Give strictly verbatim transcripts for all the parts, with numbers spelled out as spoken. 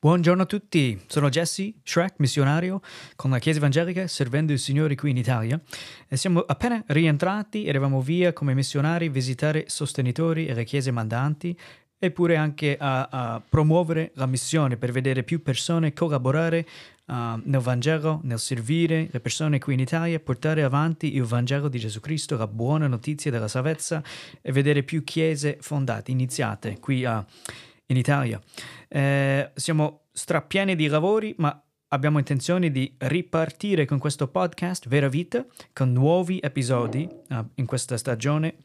Buongiorno a tutti, sono Jesse Shrek, missionario con la Chiesa Evangelica servendo il Signore qui in Italia e siamo appena rientrati, eravamo via come missionari a visitare sostenitori e le chiese mandanti eppure anche a, a promuovere la missione per vedere più persone collaborare uh, nel Vangelo, nel servire le persone qui in Italia, portare avanti il Vangelo di Gesù Cristo, la buona notizia della salvezza e vedere più chiese fondate, iniziate qui a in Italia. Eh, siamo strapieni di lavori, ma abbiamo intenzione di ripartire con questo podcast Vera Vita, con nuovi episodi uh, in questa stagione.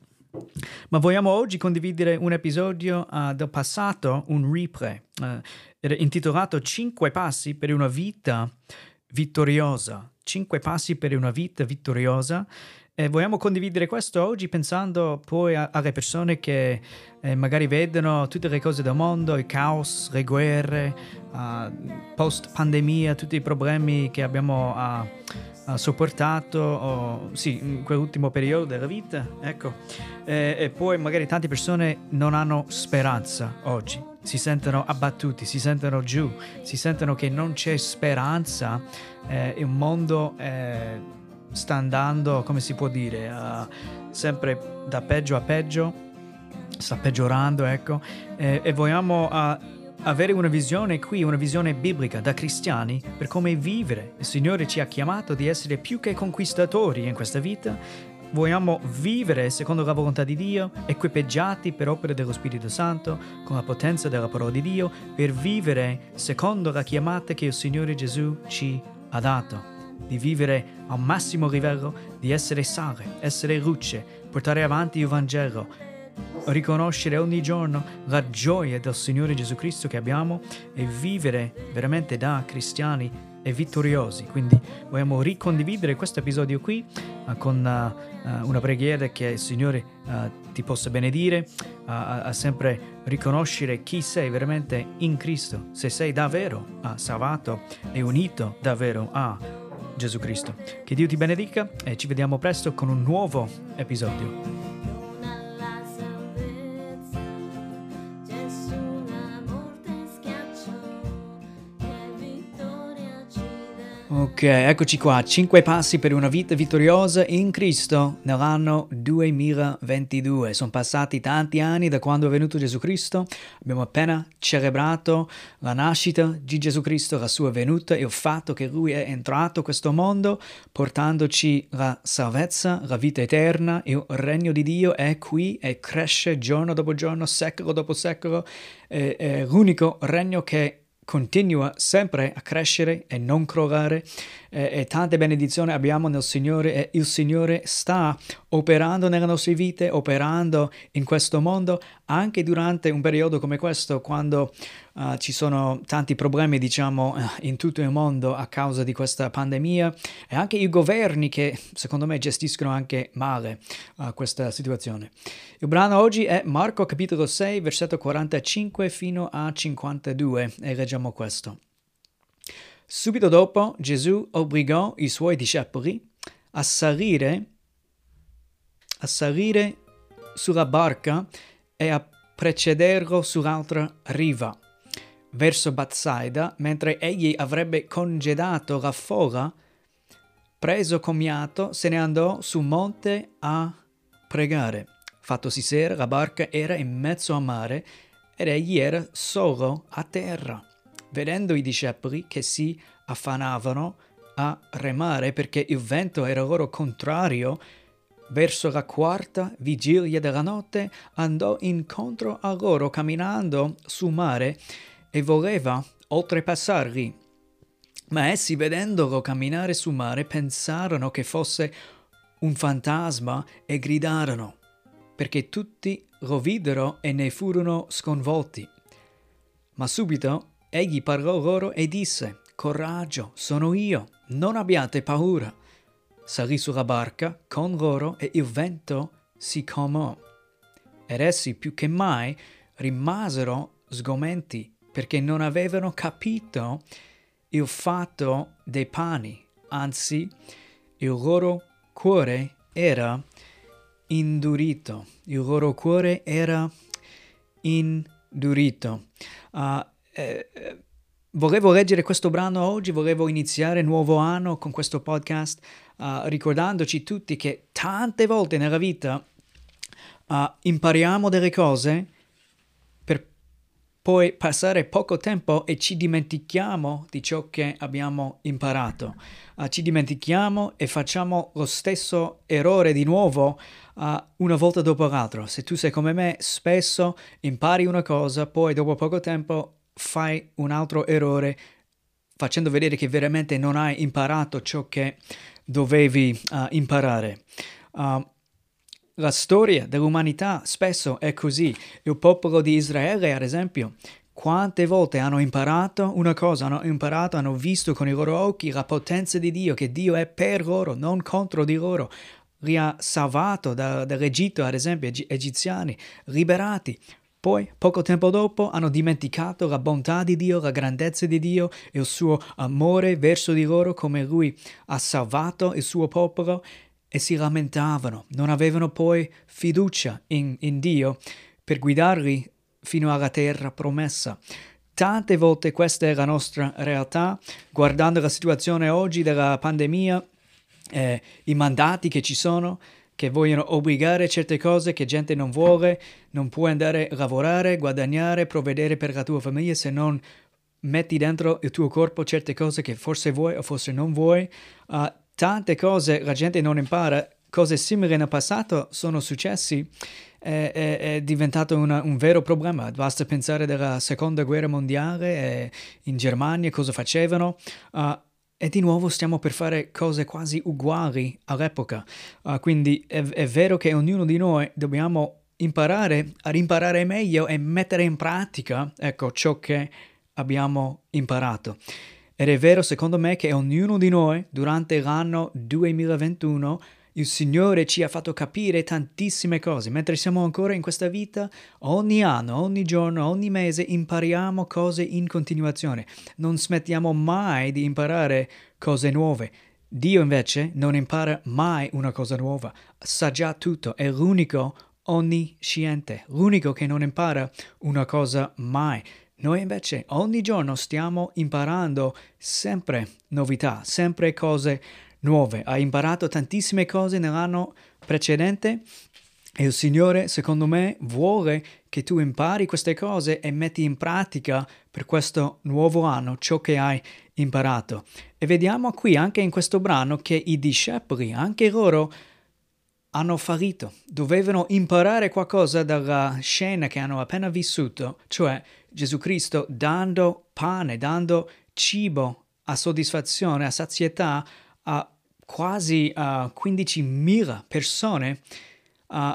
Ma vogliamo oggi condividere un episodio uh, del passato, un replay, uh, era intitolato Cinque passi per una vita vittoriosa. Cinque passi per una vita vittoriosa. E vogliamo condividere questo oggi pensando poi a, alle persone che eh, magari vedono tutte le cose del mondo, il caos, le guerre, uh, post-pandemia, tutti i problemi che abbiamo uh, uh, sopportato, o, sì, in quell'ultimo periodo della vita, ecco. E, e poi magari tante persone non hanno speranza oggi, si sentono abbattuti, si sentono giù, si sentono che non c'è speranza, eh, il mondo eh, sta andando, come si può dire, uh, sempre da peggio a peggio, sta peggiorando, ecco, e, e vogliamo uh, avere una visione qui, una visione biblica da cristiani per come vivere. Il Signore ci ha chiamato di essere più che conquistatori in questa vita. Vogliamo vivere secondo la volontà di Dio, equipaggiati per opere dello Spirito Santo, con la potenza della parola di Dio, per vivere secondo la chiamata che il Signore Gesù ci ha dato. Di vivere al massimo livello, di essere sale, essere luce, portare avanti il Vangelo, riconoscere ogni giorno la gioia del Signore Gesù Cristo che abbiamo e vivere veramente da cristiani e vittoriosi. Quindi vogliamo ricondividere questo episodio qui uh, con uh, una preghiera che il Signore uh, ti possa benedire, uh, a, a sempre riconoscere chi sei veramente in Cristo, se sei davvero uh, salvato e unito davvero a Gesù Cristo. Che Dio ti benedica e ci vediamo presto con un nuovo episodio. Ok, eccoci qua, cinque passi per una vita vittoriosa in Cristo nell'anno duemilaventidue. Sono passati tanti anni da quando è venuto Gesù Cristo, abbiamo appena celebrato la nascita di Gesù Cristo, la sua venuta, il fatto che Lui è entrato in questo mondo portandoci la salvezza, la vita eterna, il regno di Dio è qui e cresce giorno dopo giorno, secolo dopo secolo, è, è l'unico regno che continua sempre a crescere e non crollare e, e tante benedizioni abbiamo nel Signore e il Signore sta operando nelle nostre vite, operando in questo mondo anche durante un periodo come questo quando uh, ci sono tanti problemi diciamo in tutto il mondo a causa di questa pandemia e anche i governi che secondo me gestiscono anche male uh, questa situazione. Il brano oggi è Marco capitolo sei versetto quarantacinque fino a cinquantadue e leggiamo questo. Subito dopo Gesù obbligò i suoi discepoli a salire a salire sulla barca e a precederlo sull'altra riva, verso Betsaida, mentre egli avrebbe congedato la folla, preso commiato, se ne andò sul monte a pregare. Fattosi sera, la barca era in mezzo al mare ed egli era solo a terra. Vedendo i discepoli che si affannavano a remare perché il vento era loro contrario, verso la quarta vigilia della notte andò incontro a loro camminando sul mare e voleva oltrepassarli. Ma essi, vedendolo camminare sul mare, pensarono che fosse un fantasma e gridarono, perché tutti lo videro e ne furono sconvolti. Ma subito egli parlò loro e disse: «Coraggio, sono io, non abbiate paura». Salì sulla barca con loro e il vento si calmò. Ed essi più che mai rimasero sgomenti perché non avevano capito il fatto dei pani, anzi il loro cuore era indurito. Il loro cuore era indurito. Uh, eh, volevo leggere questo brano oggi, volevo iniziare il nuovo anno con questo podcast, uh, ricordandoci tutti che tante volte nella vita uh, impariamo delle cose per poi passare poco tempo e ci dimentichiamo di ciò che abbiamo imparato. Uh, ci dimentichiamo e facciamo lo stesso errore di nuovo uh, una volta dopo l'altra. Se tu sei come me, spesso impari una cosa, poi dopo poco tempo fai un altro errore facendo vedere che veramente non hai imparato ciò che dovevi uh, imparare. Uh, la storia dell'umanità spesso è così. Il popolo di Israele, ad esempio, quante volte hanno imparato una cosa, hanno imparato, hanno visto con i loro occhi la potenza di Dio, che Dio è per loro, non contro di loro. Li ha salvato da, dall'Egitto, ad esempio, eg- egiziani, liberati. Poi, poco tempo dopo, hanno dimenticato la bontà di Dio, la grandezza di Dio e il suo amore verso di loro, come Lui ha salvato il suo popolo, e si lamentavano. Non avevano poi fiducia in, in Dio per guidarli fino alla terra promessa. Tante volte questa è la nostra realtà, guardando la situazione oggi della pandemia, eh, i mandati che ci sono, che vogliono obbligare certe cose che gente non vuole, non puoi andare a lavorare, guadagnare, provvedere per la tua famiglia se non metti dentro il tuo corpo certe cose che forse vuoi o forse non vuoi. Uh, tante cose la gente non impara, cose simili nel passato sono successi, è, è, è diventato una, un vero problema. Basta pensare alla seconda guerra mondiale, eh, in Germania cosa facevano. Uh, E di nuovo stiamo per fare cose quasi uguali all'epoca. Uh, quindi è, è vero che ognuno di noi dobbiamo imparare ad imparare meglio e mettere in pratica, ecco, ciò che abbiamo imparato. Ed è vero, secondo me, che ognuno di noi, durante l'anno duemilaventuno, il Signore ci ha fatto capire tantissime cose. Mentre siamo ancora in questa vita, ogni anno, ogni giorno, ogni mese impariamo cose in continuazione. Non smettiamo mai di imparare cose nuove. Dio invece non impara mai una cosa nuova, sa già tutto, è l'unico onnisciente, l'unico che non impara una cosa mai. Noi invece ogni giorno stiamo imparando sempre novità, sempre cose nuove. Hai imparato tantissime cose nell'anno precedente e il Signore, secondo me, vuole che tu impari queste cose e metti in pratica per questo nuovo anno ciò che hai imparato. E vediamo qui anche in questo brano che i discepoli, anche loro, hanno fallito. Dovevano imparare qualcosa dalla scena che hanno appena vissuto, cioè Gesù Cristo dando pane, dando cibo a soddisfazione, a sazietà a quasi uh, quindicimila persone uh,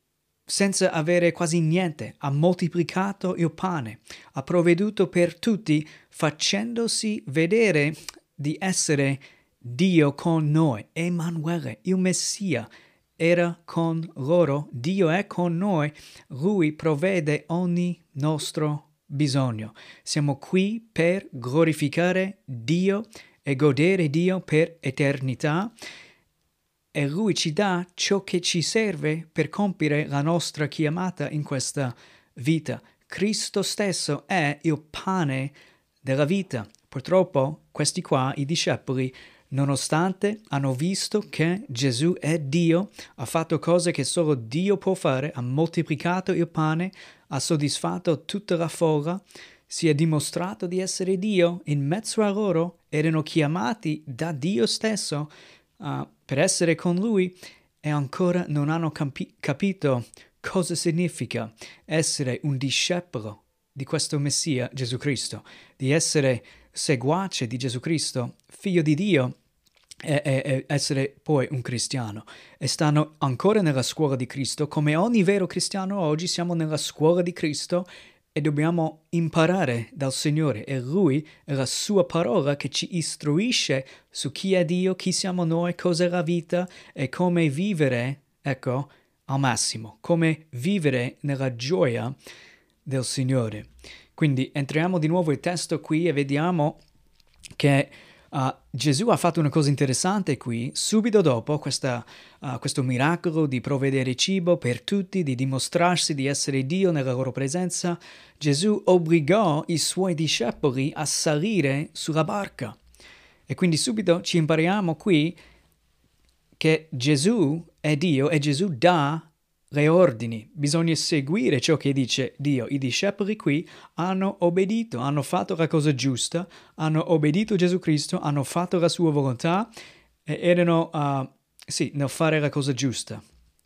senza avere quasi niente. Ha moltiplicato il pane, ha provveduto per tutti, facendosi vedere di essere Dio con noi. Emanuele, il Messia, era con loro. Dio è con noi. Lui provvede ogni nostro bisogno. Siamo qui per glorificare Dio e godere Dio per eternità, e Lui ci dà ciò che ci serve per compiere la nostra chiamata in questa vita. Cristo stesso è il pane della vita. Purtroppo questi qua, i discepoli, nonostante hanno visto che Gesù è Dio, ha fatto cose che solo Dio può fare, ha moltiplicato il pane, ha soddisfatto tutta la folla, si è dimostrato di essere Dio in mezzo a loro, erano chiamati da Dio stesso uh, per essere con Lui, e ancora non hanno capi- capito cosa significa essere un discepolo di questo Messia Gesù Cristo, di essere seguace di Gesù Cristo, figlio di Dio, e, e, e essere poi un cristiano. E stanno ancora nella scuola di Cristo, come ogni vero cristiano oggi siamo nella scuola di Cristo e dobbiamo imparare dal Signore. È Lui, è la sua parola che ci istruisce su chi è Dio, chi siamo noi, cos'è la vita e come vivere, ecco, al massimo, come vivere nella gioia del Signore. Quindi entriamo di nuovo il testo qui e vediamo che Uh, Gesù ha fatto una cosa interessante qui, subito dopo questa, uh, questo miracolo di provvedere cibo per tutti, di dimostrarsi di essere Dio nella loro presenza. Gesù obbligò i suoi discepoli a salire sulla barca. E quindi subito ci impariamo qui che Gesù è Dio e Gesù dà le ordini. Bisogna seguire ciò che dice Dio. I discepoli qui hanno obbedito, hanno fatto la cosa giusta, hanno obbedito a Gesù Cristo, hanno fatto la sua volontà e erano, uh, sì, nel fare la cosa giusta.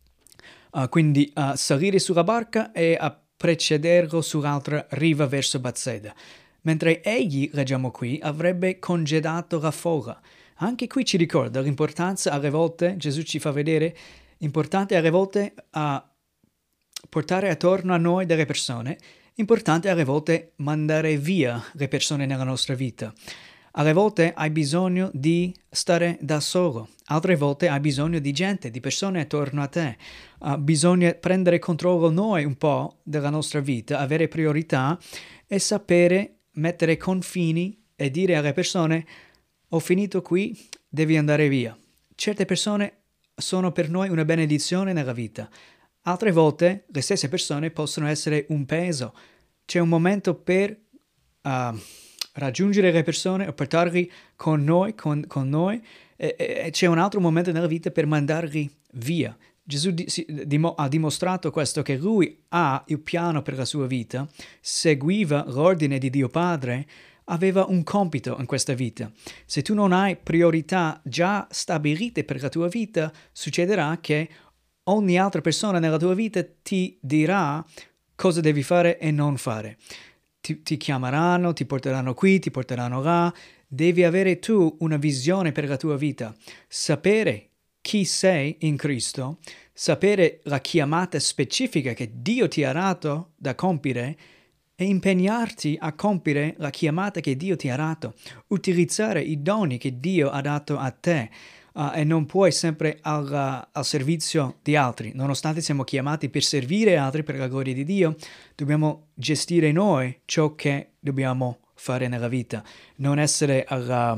Uh, quindi uh, salire sulla barca e a precederlo sull'altra riva verso Batseda. Mentre egli, leggiamo qui, avrebbe congedato la folla. Anche qui ci ricorda l'importanza, alle volte, Gesù ci fa vedere, importante alle volte a portare attorno a noi delle persone, importante alle volte mandare via le persone nella nostra vita. Alle volte hai bisogno di stare da solo, altre volte hai bisogno di gente, di persone attorno a te. Uh, bisogna prendere controllo noi un po' della nostra vita, avere priorità e sapere mettere confini e dire alle persone: ho finito qui, devi andare via. Certe persone sono per noi una benedizione nella vita. Altre volte le stesse persone possono essere un peso. C'è un momento per uh, raggiungere le persone o portarli con noi, con, con noi e, e c'è un altro momento nella vita per mandarli via. Gesù di, si, dimo, ha dimostrato questo, che lui ha il piano per la sua vita, seguiva l'ordine di Dio Padre, aveva un compito in questa vita. Se tu non hai priorità già stabilite per la tua vita, succederà che ogni altra persona nella tua vita ti dirà cosa devi fare e non fare. Ti, ti chiameranno, ti porteranno qui, ti porteranno là. Devi avere tu una visione per la tua vita. Sapere chi sei in Cristo, sapere la chiamata specifica che Dio ti ha dato da compiere e impegnarti a compiere la chiamata che Dio ti ha dato, utilizzare i doni che Dio ha dato a te uh, e non puoi sempre al, al servizio di altri. Nonostante siamo chiamati per servire altri per la gloria di Dio, dobbiamo gestire noi ciò che dobbiamo fare nella vita, non essere alla,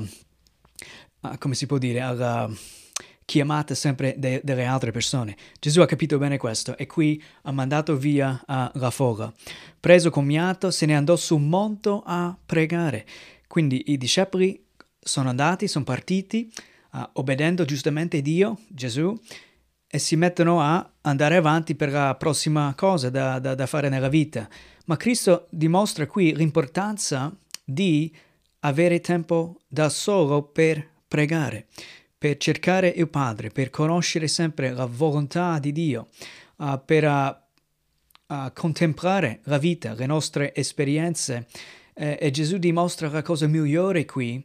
uh, come si può dire, alla chiamata sempre de- delle altre persone. Gesù ha capito bene questo e qui ha mandato via uh, la folla. Preso commiato, se ne andò su un monte a pregare. Quindi i discepoli sono andati, sono partiti, uh, obbedendo giustamente Dio, Gesù, e si mettono a andare avanti per la prossima cosa da, da, da fare nella vita. Ma Cristo dimostra qui l'importanza di avere tempo da solo per pregare, per cercare il Padre, per conoscere sempre la volontà di Dio, uh, per uh, uh, contemplare la vita, le nostre esperienze. Eh, e Gesù dimostra la cosa migliore qui,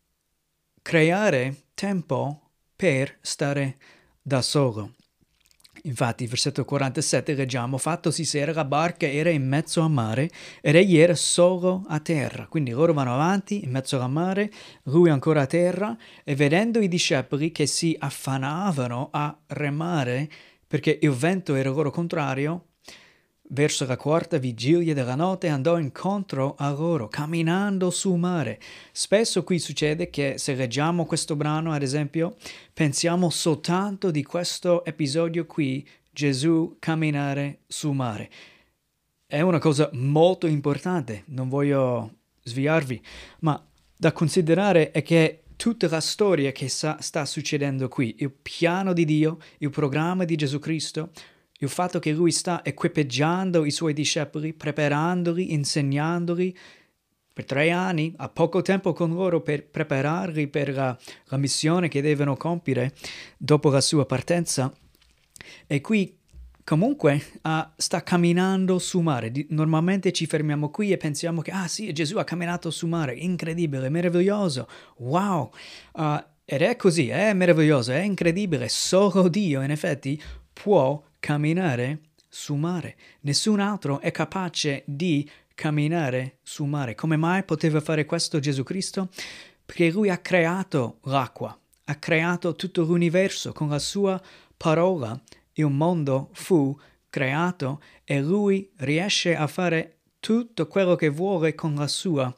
creare tempo per stare da solo. Infatti, versetto quarantasette leggiamo: fattosi sera, la barca era in mezzo al mare ed egli era solo a terra. Quindi loro vanno avanti in mezzo al mare, lui ancora a terra, e vedendo i discepoli che si affannavano a remare perché il vento era loro contrario, verso la quarta vigilia della notte andò incontro a loro, camminando sul mare. Spesso qui succede che se leggiamo questo brano, ad esempio, pensiamo soltanto di questo episodio qui, Gesù camminare sul mare. È una cosa molto importante, non voglio sviarvi, ma da considerare è che tutta la storia che sa, sta succedendo qui, il piano di Dio, il programma di Gesù Cristo, il fatto che lui sta equipaggiando i suoi discepoli, preparandoli, insegnandoli per tre anni, ha poco tempo con loro per prepararli per la, la missione che devono compiere dopo la sua partenza. E qui comunque uh, sta camminando su mare. Di, normalmente ci fermiamo qui e pensiamo che, ah sì, Gesù ha camminato su mare, incredibile, meraviglioso, wow. Uh, ed è così, è meraviglioso, è incredibile, solo Dio in effetti può camminare su mare. Nessun altro è capace di camminare su mare. Come mai poteva fare questo Gesù Cristo? Perché lui ha creato l'acqua, ha creato tutto l'universo con la sua parola. Il mondo fu creato e lui riesce a fare tutto quello che vuole con la sua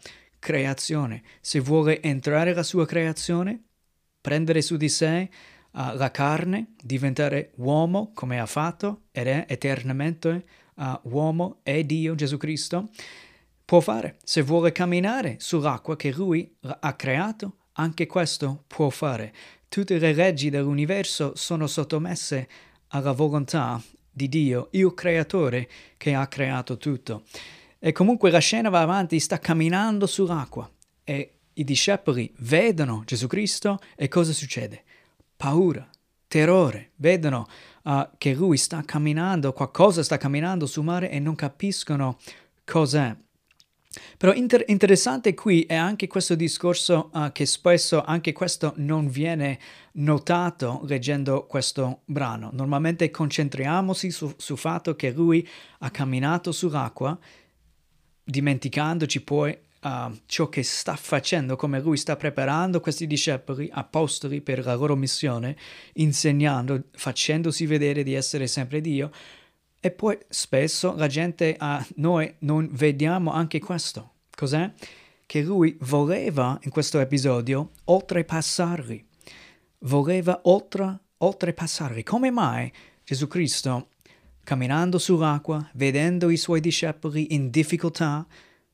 creazione. Se vuole entrare la sua creazione, prendere su di sé uh, la carne, diventare uomo come ha fatto ed è eternamente uh, uomo e Dio Gesù Cristo, può fare. Se vuole camminare sull'acqua che lui ha creato, anche questo può fare. Tutte le leggi dell'universo sono sottomesse alla volontà di Dio, il creatore che ha creato tutto. E comunque la scena va avanti, sta camminando sull'acqua e i discepoli vedono Gesù Cristo e cosa succede? Paura, terrore, vedono uh, che lui sta camminando, qualcosa sta camminando sul mare e non capiscono cos'è. Però inter- interessante qui è anche questo discorso uh, che spesso anche questo non viene notato leggendo questo brano. Normalmente concentriamoci sul su fatto che lui ha camminato sull'acqua, dimenticandoci poi uh, ciò che sta facendo, come lui sta preparando questi discepoli, apostoli per la loro missione, insegnando, facendosi vedere di essere sempre Dio. E poi spesso la gente, uh, noi non vediamo anche questo. Cos'è? Che lui voleva, in questo episodio, oltrepassarli. Voleva oltre, oltrepassarli. Come mai Gesù Cristo, camminando sull'acqua, vedendo i suoi discepoli in difficoltà,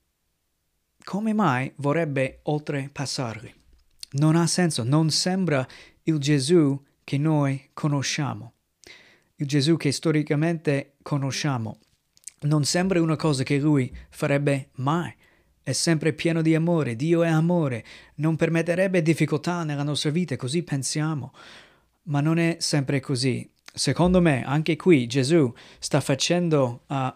come mai vorrebbe oltrepassarli? Non ha senso, non sembra il Gesù che noi conosciamo. Il Gesù che storicamente conosciamo. Non sembra una cosa che lui farebbe mai. È sempre pieno di amore, Dio è amore, non permetterebbe difficoltà nella nostra vita, così pensiamo. Ma non è sempre così. Secondo me, anche qui Gesù sta facendo uh,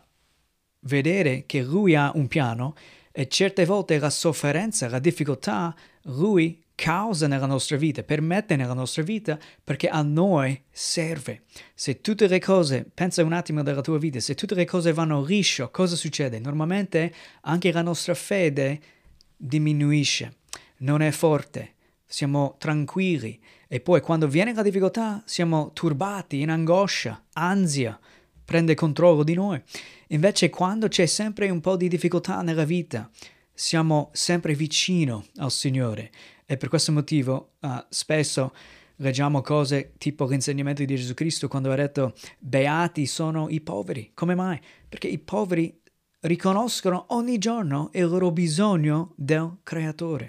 vedere che lui ha un piano e certe volte la sofferenza, la difficoltà, lui causa nella nostra vita, permette nella nostra vita perché a noi serve. Se tutte le cose, pensa un attimo della tua vita, se tutte le cose vanno liscio, cosa succede? Normalmente anche la nostra fede diminuisce, non è forte, siamo tranquilli e poi quando viene la difficoltà siamo turbati, in angoscia, ansia, prende controllo di noi. Invece quando c'è sempre un po' di difficoltà nella vita, siamo sempre vicino al Signore. E per questo motivo uh, spesso leggiamo cose tipo l'insegnamento di Gesù Cristo quando ha detto beati sono i poveri. Come mai? Perché i poveri riconoscono ogni giorno il loro bisogno del Creatore.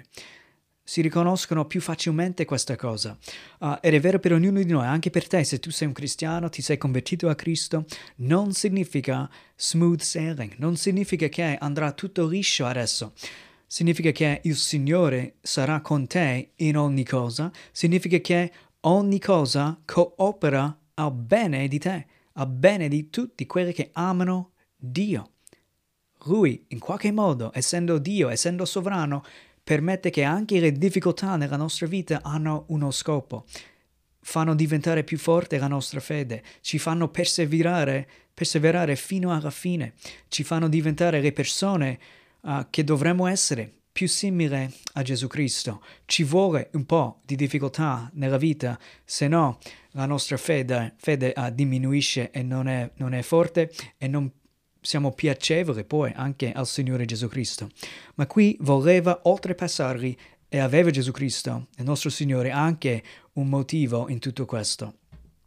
Si riconoscono più facilmente questa cosa. Uh, ed è vero per ognuno di noi, anche per te, se tu sei un cristiano, ti sei convertito a Cristo, non significa smooth sailing, non significa che andrà tutto liscio adesso. Significa che il Signore sarà con te in ogni cosa, significa che ogni cosa coopera al bene di te, al bene di tutti quelli che amano Dio. Lui, in qualche modo, essendo Dio, essendo sovrano, permette che anche le difficoltà nella nostra vita hanno uno scopo, fanno diventare più forte la nostra fede, ci fanno perseverare, perseverare fino alla fine, ci fanno diventare le persone Uh, che dovremmo essere più simili a Gesù Cristo. Ci vuole un po' di difficoltà nella vita, se no la nostra fede, fede uh, diminuisce e non è, non è forte e non siamo piacevoli poi anche al Signore Gesù Cristo. Ma qui voleva oltrepassarli e aveva Gesù Cristo, il nostro Signore, anche un motivo in tutto questo.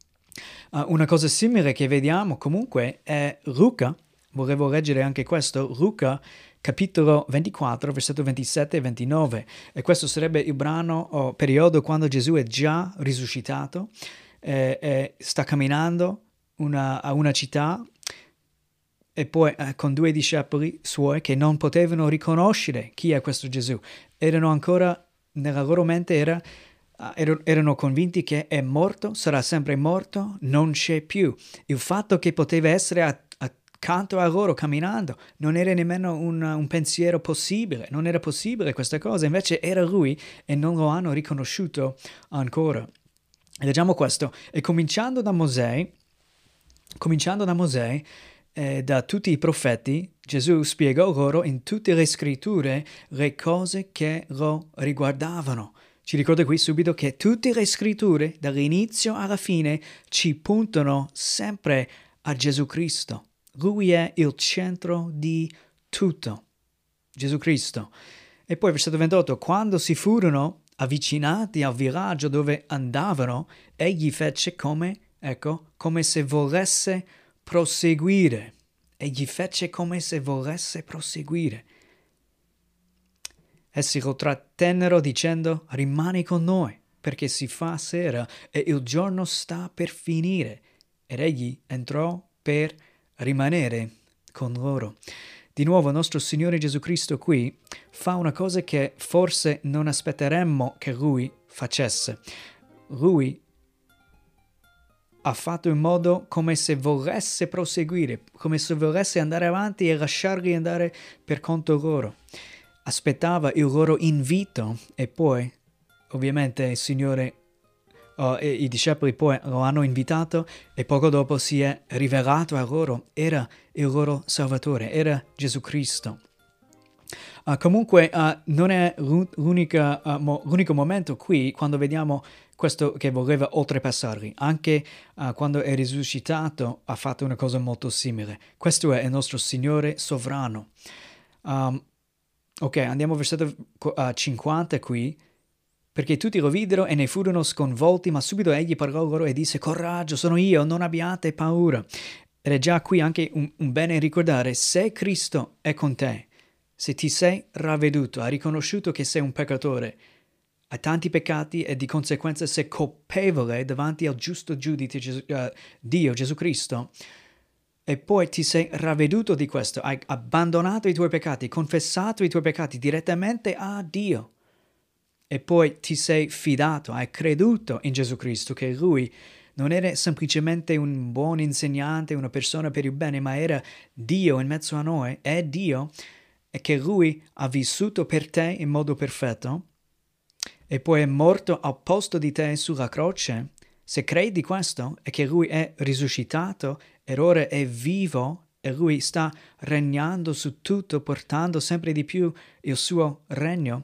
Uh, una cosa simile che vediamo comunque è Luca, volevo leggere anche questo, Luca capitolo ventiquattro, versetto ventisette e ventinove, e questo sarebbe il brano o periodo quando Gesù è già risuscitato, eh, eh, sta camminando una, a una città e poi eh, con due discepoli suoi che non potevano riconoscere chi è questo Gesù. Erano ancora, nella loro mente era, uh, erano convinti che è morto, sarà sempre morto, non c'è più. Il fatto che poteva essere a accanto a loro camminando non era nemmeno un, un pensiero possibile, non era possibile questa cosa, invece era lui e non lo hanno riconosciuto ancora. Leggiamo questo, e cominciando da Mosè, cominciando da Mosè, eh, da tutti i profeti, Gesù spiegò loro in tutte le scritture le cose che lo riguardavano. Ci ricorda qui subito che tutte le scritture, dall'inizio alla fine, ci puntano sempre a Gesù Cristo. Lui è il centro di tutto, Gesù Cristo. E poi versetto ventotto, quando si furono avvicinati al villaggio dove andavano, egli fece come, ecco, come se volesse proseguire. Egli fece come se volesse proseguire. Essi lo trattennero dicendo, rimani con noi, perché si fa sera e il giorno sta per finire. Ed egli entrò per rimanere con loro. Di nuovo il nostro Signore Gesù Cristo qui fa una cosa che forse non aspetteremmo che Lui facesse. Lui ha fatto in modo come se volesse proseguire, come se volesse andare avanti e lasciarli andare per conto loro. Aspettava il loro invito e poi, ovviamente, il Signore uh, e i discepoli poi lo hanno invitato e poco dopo si è rivelato a loro. Era il loro Salvatore, era Gesù Cristo. Uh, comunque uh, non è l'unica, uh, mo, l'unico momento qui quando vediamo questo che voleva oltrepassarli. Anche uh, quando è risuscitato ha fatto una cosa molto simile. Questo è il nostro Signore sovrano. Um, ok, andiamo al versetto uh, cinquanta qui. Perché tutti lo videro e ne furono sconvolti, ma subito egli parlò loro e disse, coraggio, sono io, non abbiate paura. Ed è già qui anche un, un bene ricordare, se Cristo è con te, se ti sei ravveduto, hai riconosciuto che sei un peccatore, hai tanti peccati e di conseguenza sei colpevole davanti al giusto giudice Gesù, uh, Dio, Gesù Cristo, e poi ti sei ravveduto di questo, hai abbandonato i tuoi peccati, confessato i tuoi peccati direttamente a Dio, e poi ti sei fidato, hai creduto in Gesù Cristo, che Lui non era semplicemente un buon insegnante, una persona per il bene, ma era Dio in mezzo a noi, è Dio, e che Lui ha vissuto per te in modo perfetto, e poi è morto al posto di te sulla croce. Se credi questo, e che Lui è risuscitato, e ora è vivo, e Lui sta regnando su tutto, portando sempre di più il suo regno.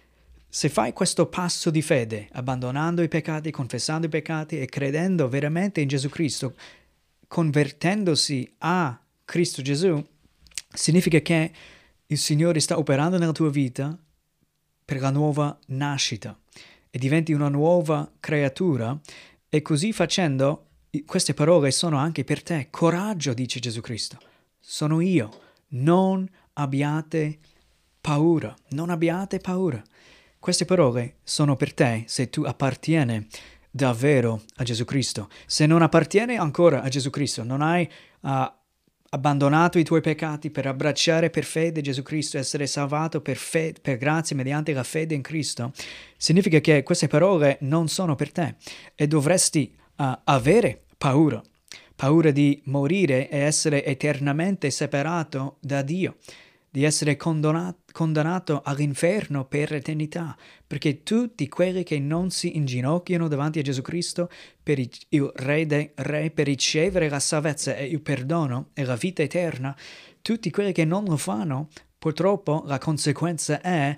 Se fai questo passo di fede, abbandonando i peccati, confessando i peccati e credendo veramente in Gesù Cristo, convertendosi a Cristo Gesù, significa che il Signore sta operando nella tua vita per la nuova nascita e diventi una nuova creatura, e così facendo queste parole sono anche per te. Coraggio, dice Gesù Cristo, sono io, non abbiate paura, non abbiate paura. Queste parole sono per te se tu appartieni davvero a Gesù Cristo. Se non appartieni ancora a Gesù Cristo, non hai uh, abbandonato i tuoi peccati per abbracciare per fede Gesù Cristo, essere salvato per, fe- per grazia mediante la fede in Cristo, significa che queste parole non sono per te e dovresti uh, avere paura. Paura di morire e essere eternamente separato da Dio, di essere condannato, condannato all'inferno per l'eternità, perché tutti quelli che non si inginocchiano davanti a Gesù Cristo per il, il Re dei Re, per ricevere la salvezza e il perdono e la vita eterna, tutti quelli che non lo fanno, purtroppo la conseguenza è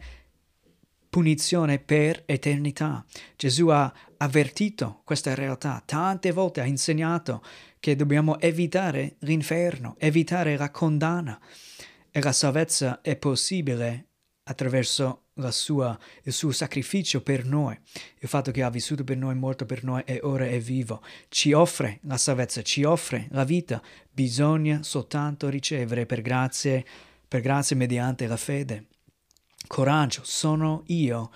punizione per eternità. Gesù ha avvertito questa realtà, tante volte ha insegnato che dobbiamo evitare l'inferno, evitare la condanna. E la salvezza è possibile attraverso la sua, il suo sacrificio per noi. Il fatto che ha vissuto per noi, morto per noi e ora è vivo. Ci offre la salvezza, ci offre la vita. Bisogna soltanto ricevere per grazie, per grazie mediante la fede. Coraggio, sono io.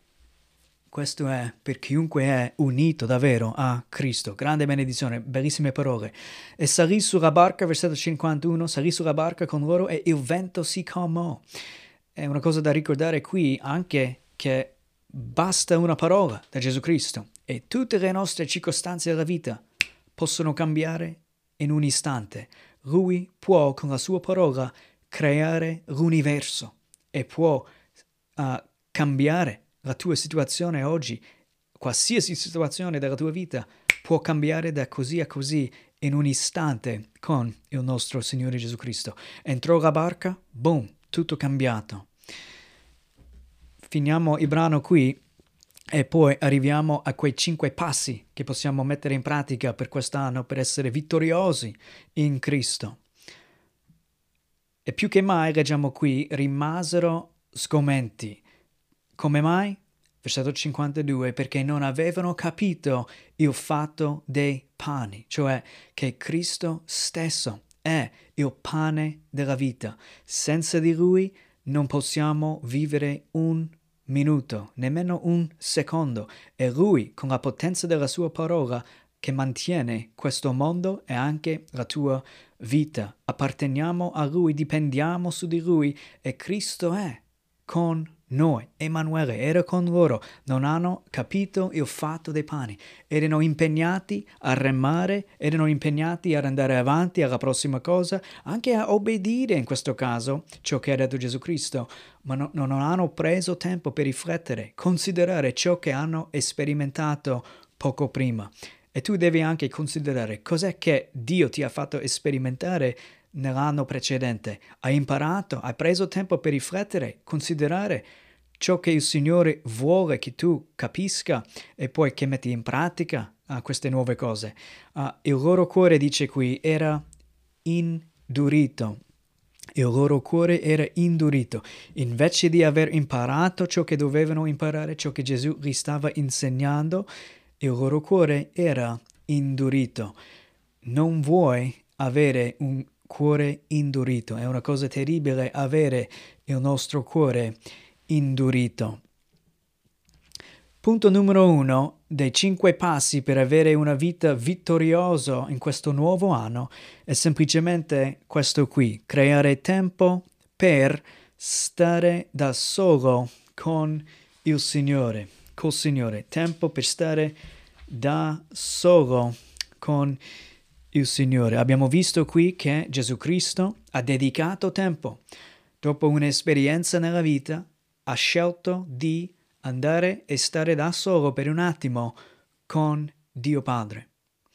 Questo è per chiunque è unito davvero a Cristo. Grande benedizione, bellissime parole. E salì sulla barca, versetto cinquantuno, salì sulla barca con loro e il vento si calmò. È una cosa da ricordare qui anche che basta una parola da Gesù Cristo e tutte le nostre circostanze della vita possono cambiare in un istante. Lui può con la sua parola creare l'universo e può uh, cambiare la tua situazione oggi. Qualsiasi situazione della tua vita può cambiare da così a così in un istante con il nostro Signore Gesù Cristo. Entrò la barca, boom, tutto cambiato. Finiamo il brano qui e poi arriviamo a quei cinque passi che possiamo mettere in pratica per quest'anno per essere vittoriosi in Cristo. E più che mai, leggiamo qui, rimasero sgomenti. Come mai? Versetto cinquantadue, perché non avevano capito il fatto dei pani, cioè che Cristo stesso è il pane della vita. Senza di Lui non possiamo vivere un minuto, nemmeno un secondo. È Lui, con la potenza della sua parola, che mantiene questo mondo e anche la tua vita. Apparteniamo a Lui, dipendiamo su di Lui e Cristo è con noi. Emanuele era con loro, non hanno capito il fatto dei pani, erano impegnati a remare, erano impegnati ad andare avanti alla prossima cosa, anche a obbedire in questo caso ciò che ha detto Gesù Cristo, ma no, non hanno preso tempo per riflettere, considerare ciò che hanno sperimentato poco prima. E tu devi anche considerare cos'è che Dio ti ha fatto sperimentare nell'anno precedente. Hai imparato, hai preso tempo per riflettere, considerare ciò che il Signore vuole che tu capisca e poi che metti in pratica uh, queste nuove cose. Uh, il loro cuore, dice qui, era indurito. Il loro cuore era indurito. Invece di aver imparato ciò che dovevano imparare, ciò che Gesù gli stava insegnando, il loro cuore era indurito. Non vuoi avere un cuore indurito. È una cosa terribile avere il nostro cuore indurito. Punto numero uno dei cinque passi per avere una vita vittoriosa in questo nuovo anno è semplicemente questo qui: creare tempo per stare da solo con il Signore, col Signore, tempo per stare da solo con il Signore. Abbiamo visto qui che Gesù Cristo ha dedicato tempo. Dopo un'esperienza nella vita, ha scelto di andare e stare da solo per un attimo con Dio Padre.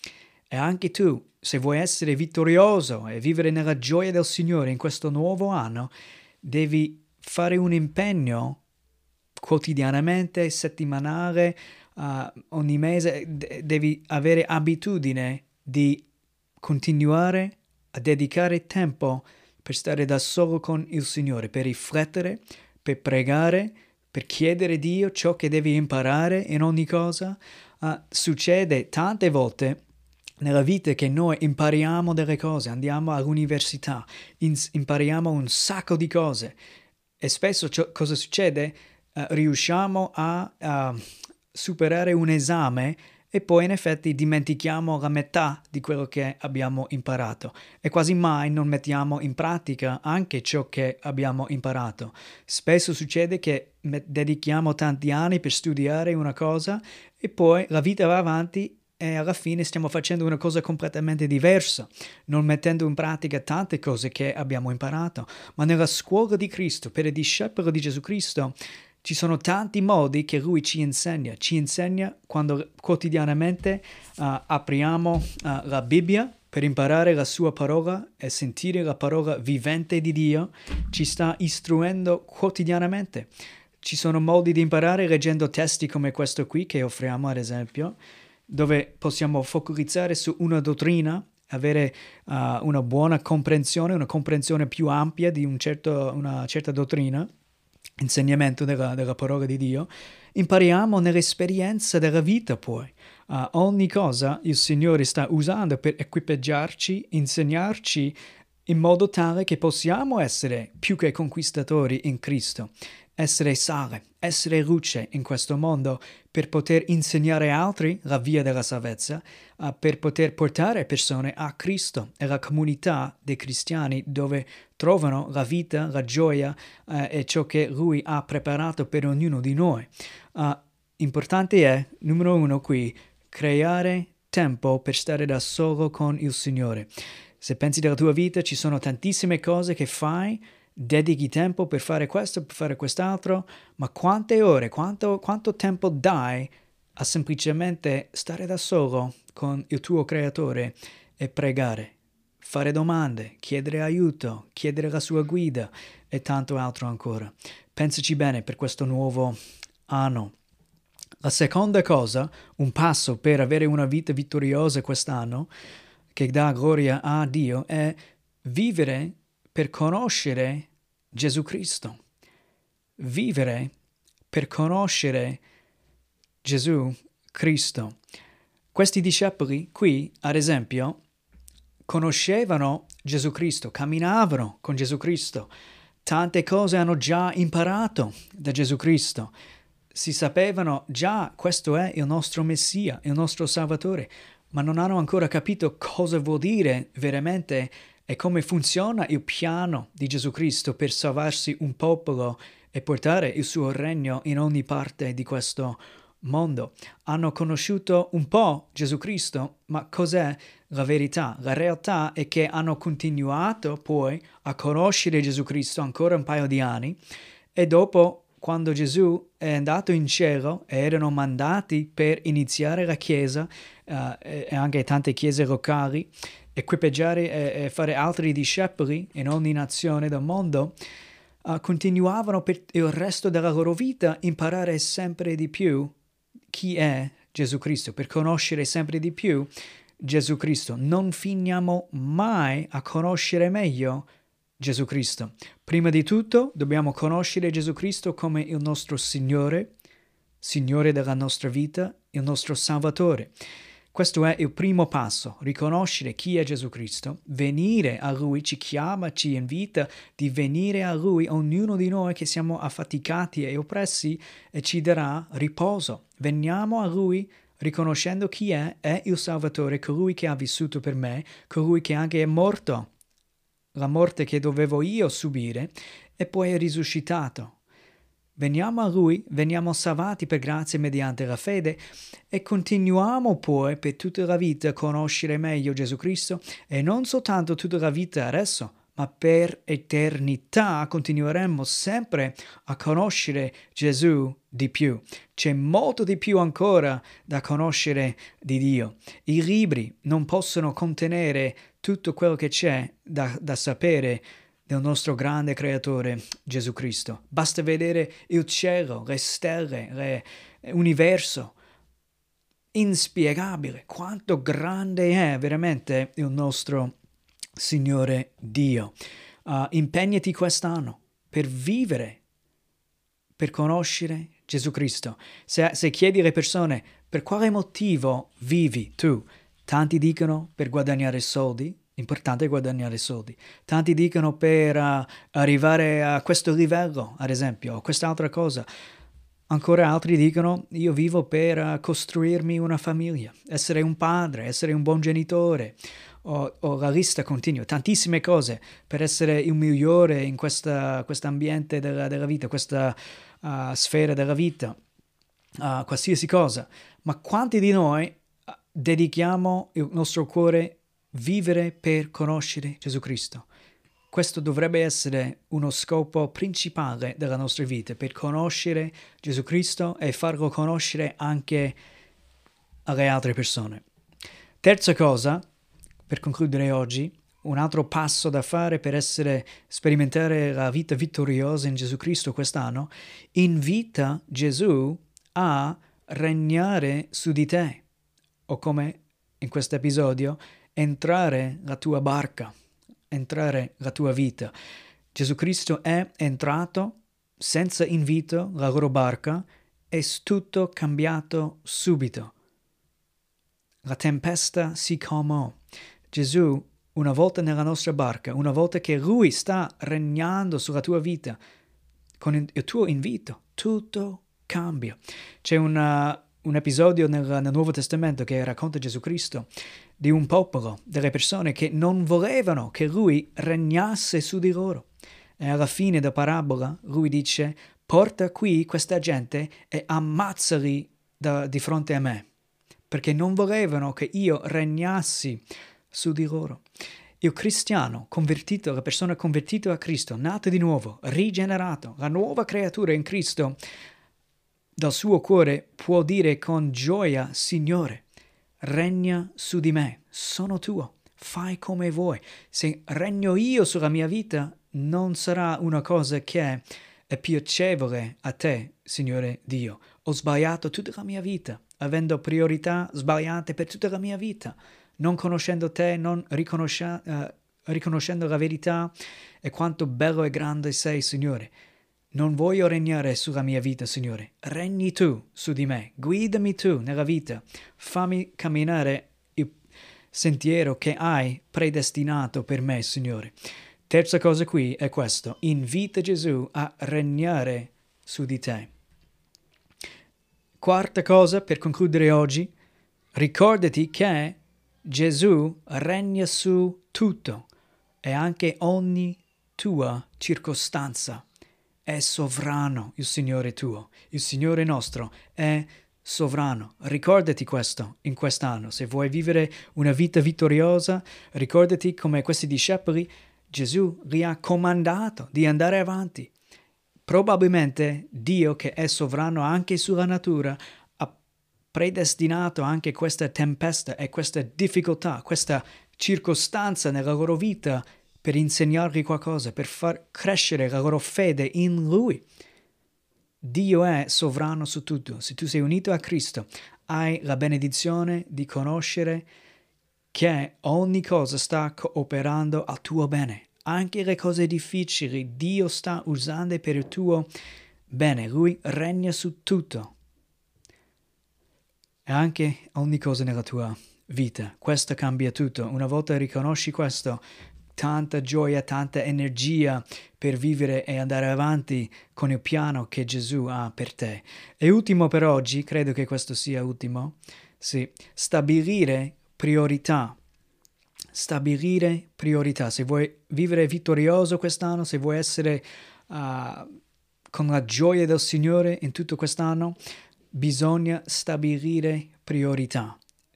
E anche tu, se vuoi essere vittorioso e vivere nella gioia del Signore in questo nuovo anno, devi fare un impegno quotidianamente, settimanale, uh, ogni mese, d- devi avere abitudine di continuare a dedicare tempo per stare da solo con il Signore, per riflettere, per pregare, per chiedere a Dio ciò che devi imparare in ogni cosa. Uh, succede tante volte nella vita che noi impariamo delle cose, andiamo all'università, ins- impariamo un sacco di cose e spesso ciò, cosa succede? Uh, riusciamo a, a superare un esame e poi in effetti dimentichiamo la metà di quello che abbiamo imparato e quasi mai non mettiamo in pratica anche ciò che abbiamo imparato. Spesso succede che dedichiamo tanti anni per studiare una cosa e poi la vita va avanti e alla fine stiamo facendo una cosa completamente diversa, non mettendo in pratica tante cose che abbiamo imparato. Ma nella scuola di Cristo, per il discepolo di Gesù Cristo, ci sono tanti modi che Lui ci insegna. Ci insegna quando quotidianamente uh, apriamo uh, la Bibbia per imparare la sua parola e sentire la parola vivente di Dio. Ci sta istruendo quotidianamente. Ci sono modi di imparare leggendo testi come questo qui che offriamo, ad esempio, dove possiamo focalizzare su una dottrina, avere uh, una buona comprensione, una comprensione più ampia di un certo, una certa dottrina, insegnamento della, della parola di Dio. Impariamo nell'esperienza della vita poi. Uh, ogni cosa il Signore sta usando per equipaggiarci, insegnarci in modo tale che possiamo essere più che conquistatori in Cristo, essere sale, essere luce in questo mondo per poter insegnare a altri la via della salvezza, uh, per poter portare persone a Cristo e la comunità dei cristiani dove trovano la vita, la gioia uh, e ciò che Lui ha preparato per ognuno di noi. Uh, importante è, numero uno qui, creare tempo per stare da solo con il Signore. Se pensi della tua vita, ci sono tantissime cose che fai, dedichi tempo per fare questo, per fare quest'altro, ma quante ore, quanto, quanto tempo dai a semplicemente stare da solo con il tuo Creatore e pregare, fare domande, chiedere aiuto, chiedere la sua guida e tanto altro ancora. Pensaci bene per questo nuovo anno. La seconda cosa, un passo per avere una vita vittoriosa quest'anno, che dà gloria a Dio, è vivere per conoscere Gesù Cristo. vivere per conoscere Gesù Cristo. Questi discepoli qui, ad esempio, conoscevano Gesù Cristo, camminavano con Gesù Cristo, tante cose hanno già imparato da Gesù Cristo, si sapevano già questo è il nostro Messia, il nostro Salvatore, ma non hanno ancora capito cosa vuol dire veramente e come funziona il piano di Gesù Cristo per salvarsi un popolo e portare il suo regno in ogni parte di questo mondo. Hanno conosciuto un po' Gesù Cristo, ma cos'è la verità? La realtà è che hanno continuato poi a conoscere Gesù Cristo ancora un paio di anni e dopo, quando Gesù è andato in cielo e erano mandati per iniziare la Chiesa uh, e anche tante chiese locali, equipaggiare e, e fare altri discepoli in ogni nazione del mondo, uh, continuavano per il resto della loro vita a imparare sempre di più chi è Gesù Cristo, per conoscere sempre di più Gesù Cristo. Non finiamo mai a conoscere meglio Gesù Cristo. Prima di tutto dobbiamo conoscere Gesù Cristo come il nostro Signore, Signore della nostra vita, il nostro Salvatore. Questo è il primo passo, riconoscere chi è Gesù Cristo, venire a Lui, ci chiama, ci invita di venire a Lui, ognuno di noi che siamo affaticati e oppressi, e ci darà riposo. Veniamo a Lui riconoscendo chi è, è il Salvatore, colui che ha vissuto per me, colui che anche è morto, la morte che dovevo io subire, e poi è risuscitato. Veniamo a Lui, veniamo salvati per grazia mediante la fede e continuiamo poi per tutta la vita a conoscere meglio Gesù Cristo e non soltanto tutta la vita adesso, ma per eternità continueremo sempre a conoscere Gesù di più. C'è molto di più ancora da conoscere di Dio. I libri non possono contenere tutto quello che c'è da, da sapere del nostro grande creatore Gesù Cristo. Basta vedere il cielo, le stelle, l'universo. Inspiegabile quanto grande è veramente il nostro Signore Dio. Uh, impegnati quest'anno per vivere, per conoscere Gesù Cristo. Se, se chiedi alle persone per quale motivo vivi tu, tanti dicono per guadagnare soldi. Importante guadagnare soldi. Tanti dicono per uh, arrivare a questo livello, ad esempio, o quest'altra cosa. Ancora altri dicono io vivo per uh, costruirmi una famiglia, essere un padre, essere un buon genitore, o, o la lista continua, tantissime cose per essere il migliore in questo ambiente della, della vita, questa uh, sfera della vita, uh, qualsiasi cosa. Ma quanti di noi uh, dedichiamo il nostro cuore vivere per conoscere Gesù Cristo? Questo dovrebbe essere uno scopo principale della nostra vita, per conoscere Gesù Cristo e farlo conoscere anche alle altre persone. Terza cosa, per concludere oggi, un altro passo da fare per essere, sperimentare la vita vittoriosa in Gesù Cristo quest'anno, invita Gesù a regnare su di te, o come in questo episodio, entrare la tua barca, entrare la tua vita. Gesù Cristo è entrato senza invito la loro barca e tutto cambiato subito. La tempesta si calmò. Gesù, una volta nella nostra barca, una volta che Lui sta regnando sulla tua vita, con il tuo invito, tutto cambia. C'è una, un episodio nel, nel Nuovo Testamento che racconta Gesù Cristo di un popolo, delle persone che non volevano che Lui regnasse su di loro. E alla fine della parabola Lui dice: porta qui questa gente e ammazzali da, di fronte a me, perché non volevano che io regnassi su di loro. Il cristiano convertito, la persona convertita a Cristo, nato di nuovo, rigenerato, la nuova creatura in Cristo, dal suo cuore può dire con gioia: Signore, regna su di me, sono tuo, fai come vuoi. Se regno io sulla mia vita, non sarà una cosa che è piacevole a te, Signore Dio. Ho sbagliato tutta la mia vita, avendo priorità sbagliate per tutta la mia vita, non conoscendo te, non riconosce, uh, riconoscendo la verità e quanto bello e grande sei, Signore. Non voglio regnare sulla mia vita, Signore. Regni tu su di me. Guidami tu nella vita. Fammi camminare il sentiero che hai predestinato per me, Signore. Terza cosa qui è questo. Invita Gesù a regnare su di te. Quarta cosa, per concludere oggi, ricordati che Gesù regna su tutto e anche ogni tua circostanza. È sovrano il Signore tuo, il Signore nostro è sovrano. Ricordati questo in quest'anno. Se vuoi vivere una vita vittoriosa, ricordati come questi discepoli, Gesù li ha comandato di andare avanti. Probabilmente Dio, che è sovrano anche sulla natura, ha predestinato anche questa tempesta e questa difficoltà, questa circostanza nella loro vita per insegnargli qualcosa, per far crescere la loro fede in Lui. Dio è sovrano su tutto. Se tu sei unito a Cristo, hai la benedizione di conoscere che ogni cosa sta cooperando al tuo bene. Anche le cose difficili Dio sta usando per il tuo bene. Lui regna su tutto. E anche ogni cosa nella tua vita. Questo cambia tutto. Una volta riconosci questo, tanta gioia, tanta energia per vivere e andare avanti con il piano che Gesù ha per te. E ultimo per oggi, credo che questo sia ultimo, sì, stabilire priorità. Stabilire priorità. Se vuoi vivere vittorioso quest'anno, se vuoi essere uh, con la gioia del Signore in tutto quest'anno, bisogna stabilire priorità.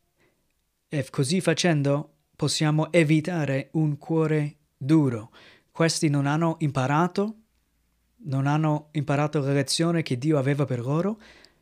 E così facendo possiamo evitare un cuore duro. Questi non hanno imparato, non hanno imparato la lezione che Dio aveva per loro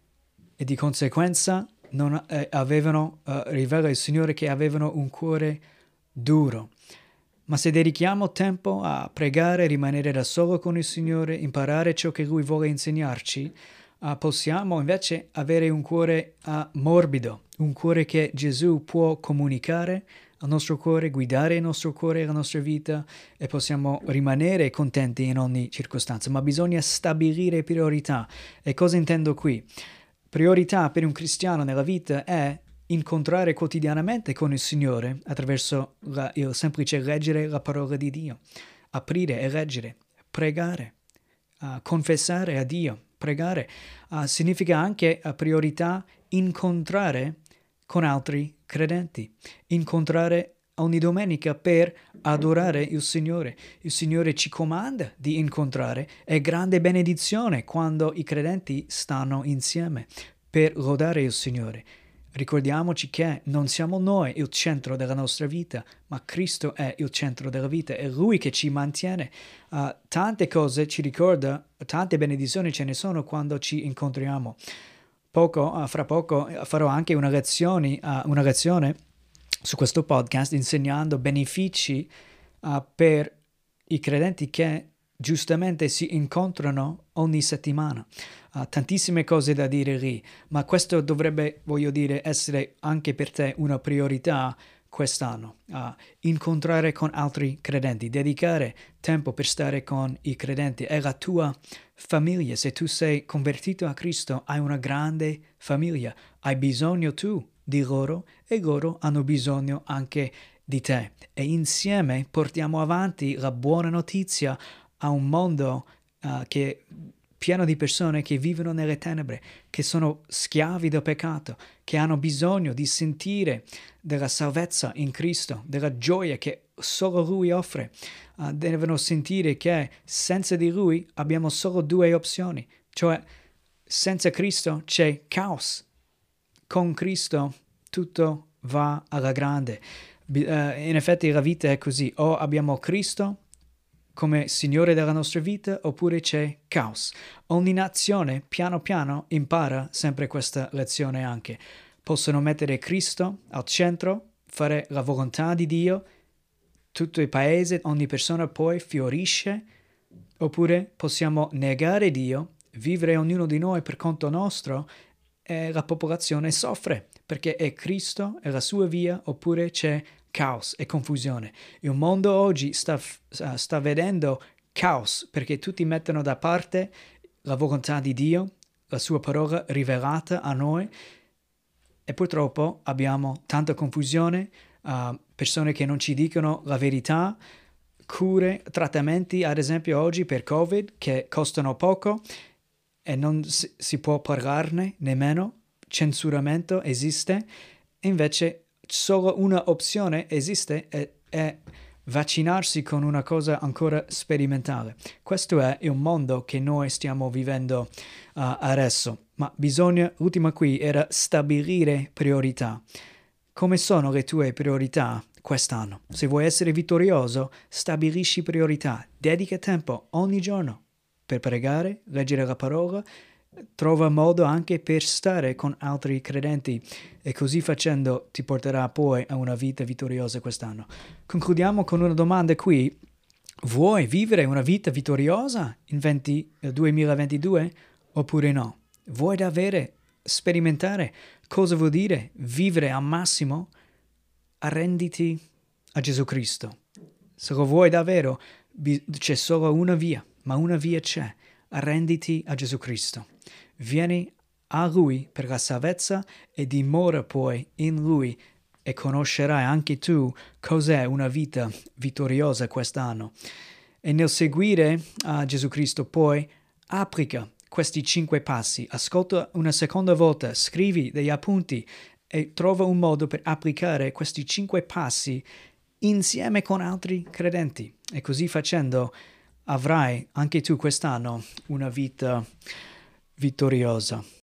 e di conseguenza non eh, avevano, uh, rivela il Signore che avevano un cuore duro. Ma se dedichiamo tempo a pregare, rimanere da solo con il Signore, imparare ciò che Lui vuole insegnarci, uh, possiamo invece avere un cuore uh, morbido, un cuore che Gesù può comunicare al nostro cuore, guidare il nostro cuore e la nostra vita e possiamo rimanere contenti in ogni circostanza. Ma bisogna stabilire priorità. E cosa intendo qui? Priorità per un cristiano nella vita è incontrare quotidianamente con il Signore attraverso la, il semplice leggere la parola di Dio, aprire e leggere, pregare, uh, confessare a Dio, pregare. Uh, significa anche a priorità incontrare con altri credenti, incontrare ogni domenica per adorare il Signore. Il Signore ci comanda di incontrare, è grande benedizione quando i credenti stanno insieme per lodare il Signore. Ricordiamoci che non siamo noi il centro della nostra vita, ma Cristo è il centro della vita, è Lui che ci mantiene. Uh, tante cose ci ricorda, tante benedizioni ce ne sono quando ci incontriamo. Poco, uh, fra poco farò anche una lezione, uh, una lezione su questo podcast insegnando benefici uh, per i credenti che giustamente si incontrano ogni settimana. Uh, tantissime cose da dire lì, ma questo dovrebbe, voglio dire, essere anche per te una priorità quest'anno. Uh, incontrare con altri credenti, dedicare tempo per stare con i credenti. È la tua famiglia. Se tu sei convertito a Cristo, hai una grande famiglia. Hai bisogno tu di loro e loro hanno bisogno anche di te. E insieme portiamo avanti la buona notizia a un mondo uh, che pieno di persone che vivono nelle tenebre, che sono schiavi del peccato, che hanno bisogno di sentire della salvezza in Cristo, della gioia che solo Lui offre. Uh, devono sentire che senza di Lui abbiamo solo due opzioni, cioè senza Cristo c'è caos, con Cristo tutto va alla grande. Uh, in effetti la vita è così, o abbiamo Cristo come Signore della nostra vita, oppure c'è caos. Ogni nazione piano piano impara sempre questa lezione anche. Possono mettere Cristo al centro, fare la volontà di Dio, tutto il paese, ogni persona poi fiorisce, oppure possiamo negare Dio, vivere ognuno di noi per conto nostro e la popolazione soffre, perché è Cristo, è la sua via, oppure c'è caos e confusione. Il mondo oggi sta, sta vedendo caos, perché tutti mettono da parte la volontà di Dio, la sua parola rivelata a noi, e purtroppo abbiamo tanta confusione, uh, persone che non ci dicono la verità, cure, trattamenti, ad esempio oggi per Covid, che costano poco e non si, si può parlarne nemmeno, censuramento esiste, e invece solo una opzione esiste, e è vaccinarsi con una cosa ancora sperimentale. Questo è il mondo che noi stiamo vivendo uh, adesso, ma bisogna, l'ultima qui era stabilire priorità. Come sono le tue priorità quest'anno? Se vuoi essere vittorioso, stabilisci priorità, dedica tempo ogni giorno per pregare, leggere la parola, trova modo anche per stare con altri credenti, e così facendo ti porterà poi a una vita vittoriosa quest'anno. Concludiamo con una domanda qui. Vuoi vivere una vita vittoriosa in venti, duemilaventidue oppure no? Vuoi davvero sperimentare cosa vuol dire vivere al massimo? Arrenditi a Gesù Cristo. Se lo vuoi davvero, c'è solo una via, ma una via c'è. Arrenditi a Gesù Cristo. Vieni a Lui per la salvezza e dimora poi in Lui, e conoscerai anche tu cos'è una vita vittoriosa quest'anno. E nel seguire a Gesù Cristo poi applica questi cinque passi, ascolta una seconda volta, scrivi degli appunti e trova un modo per applicare questi cinque passi insieme con altri credenti. E così facendo avrai anche tu quest'anno una vita vittoriosa.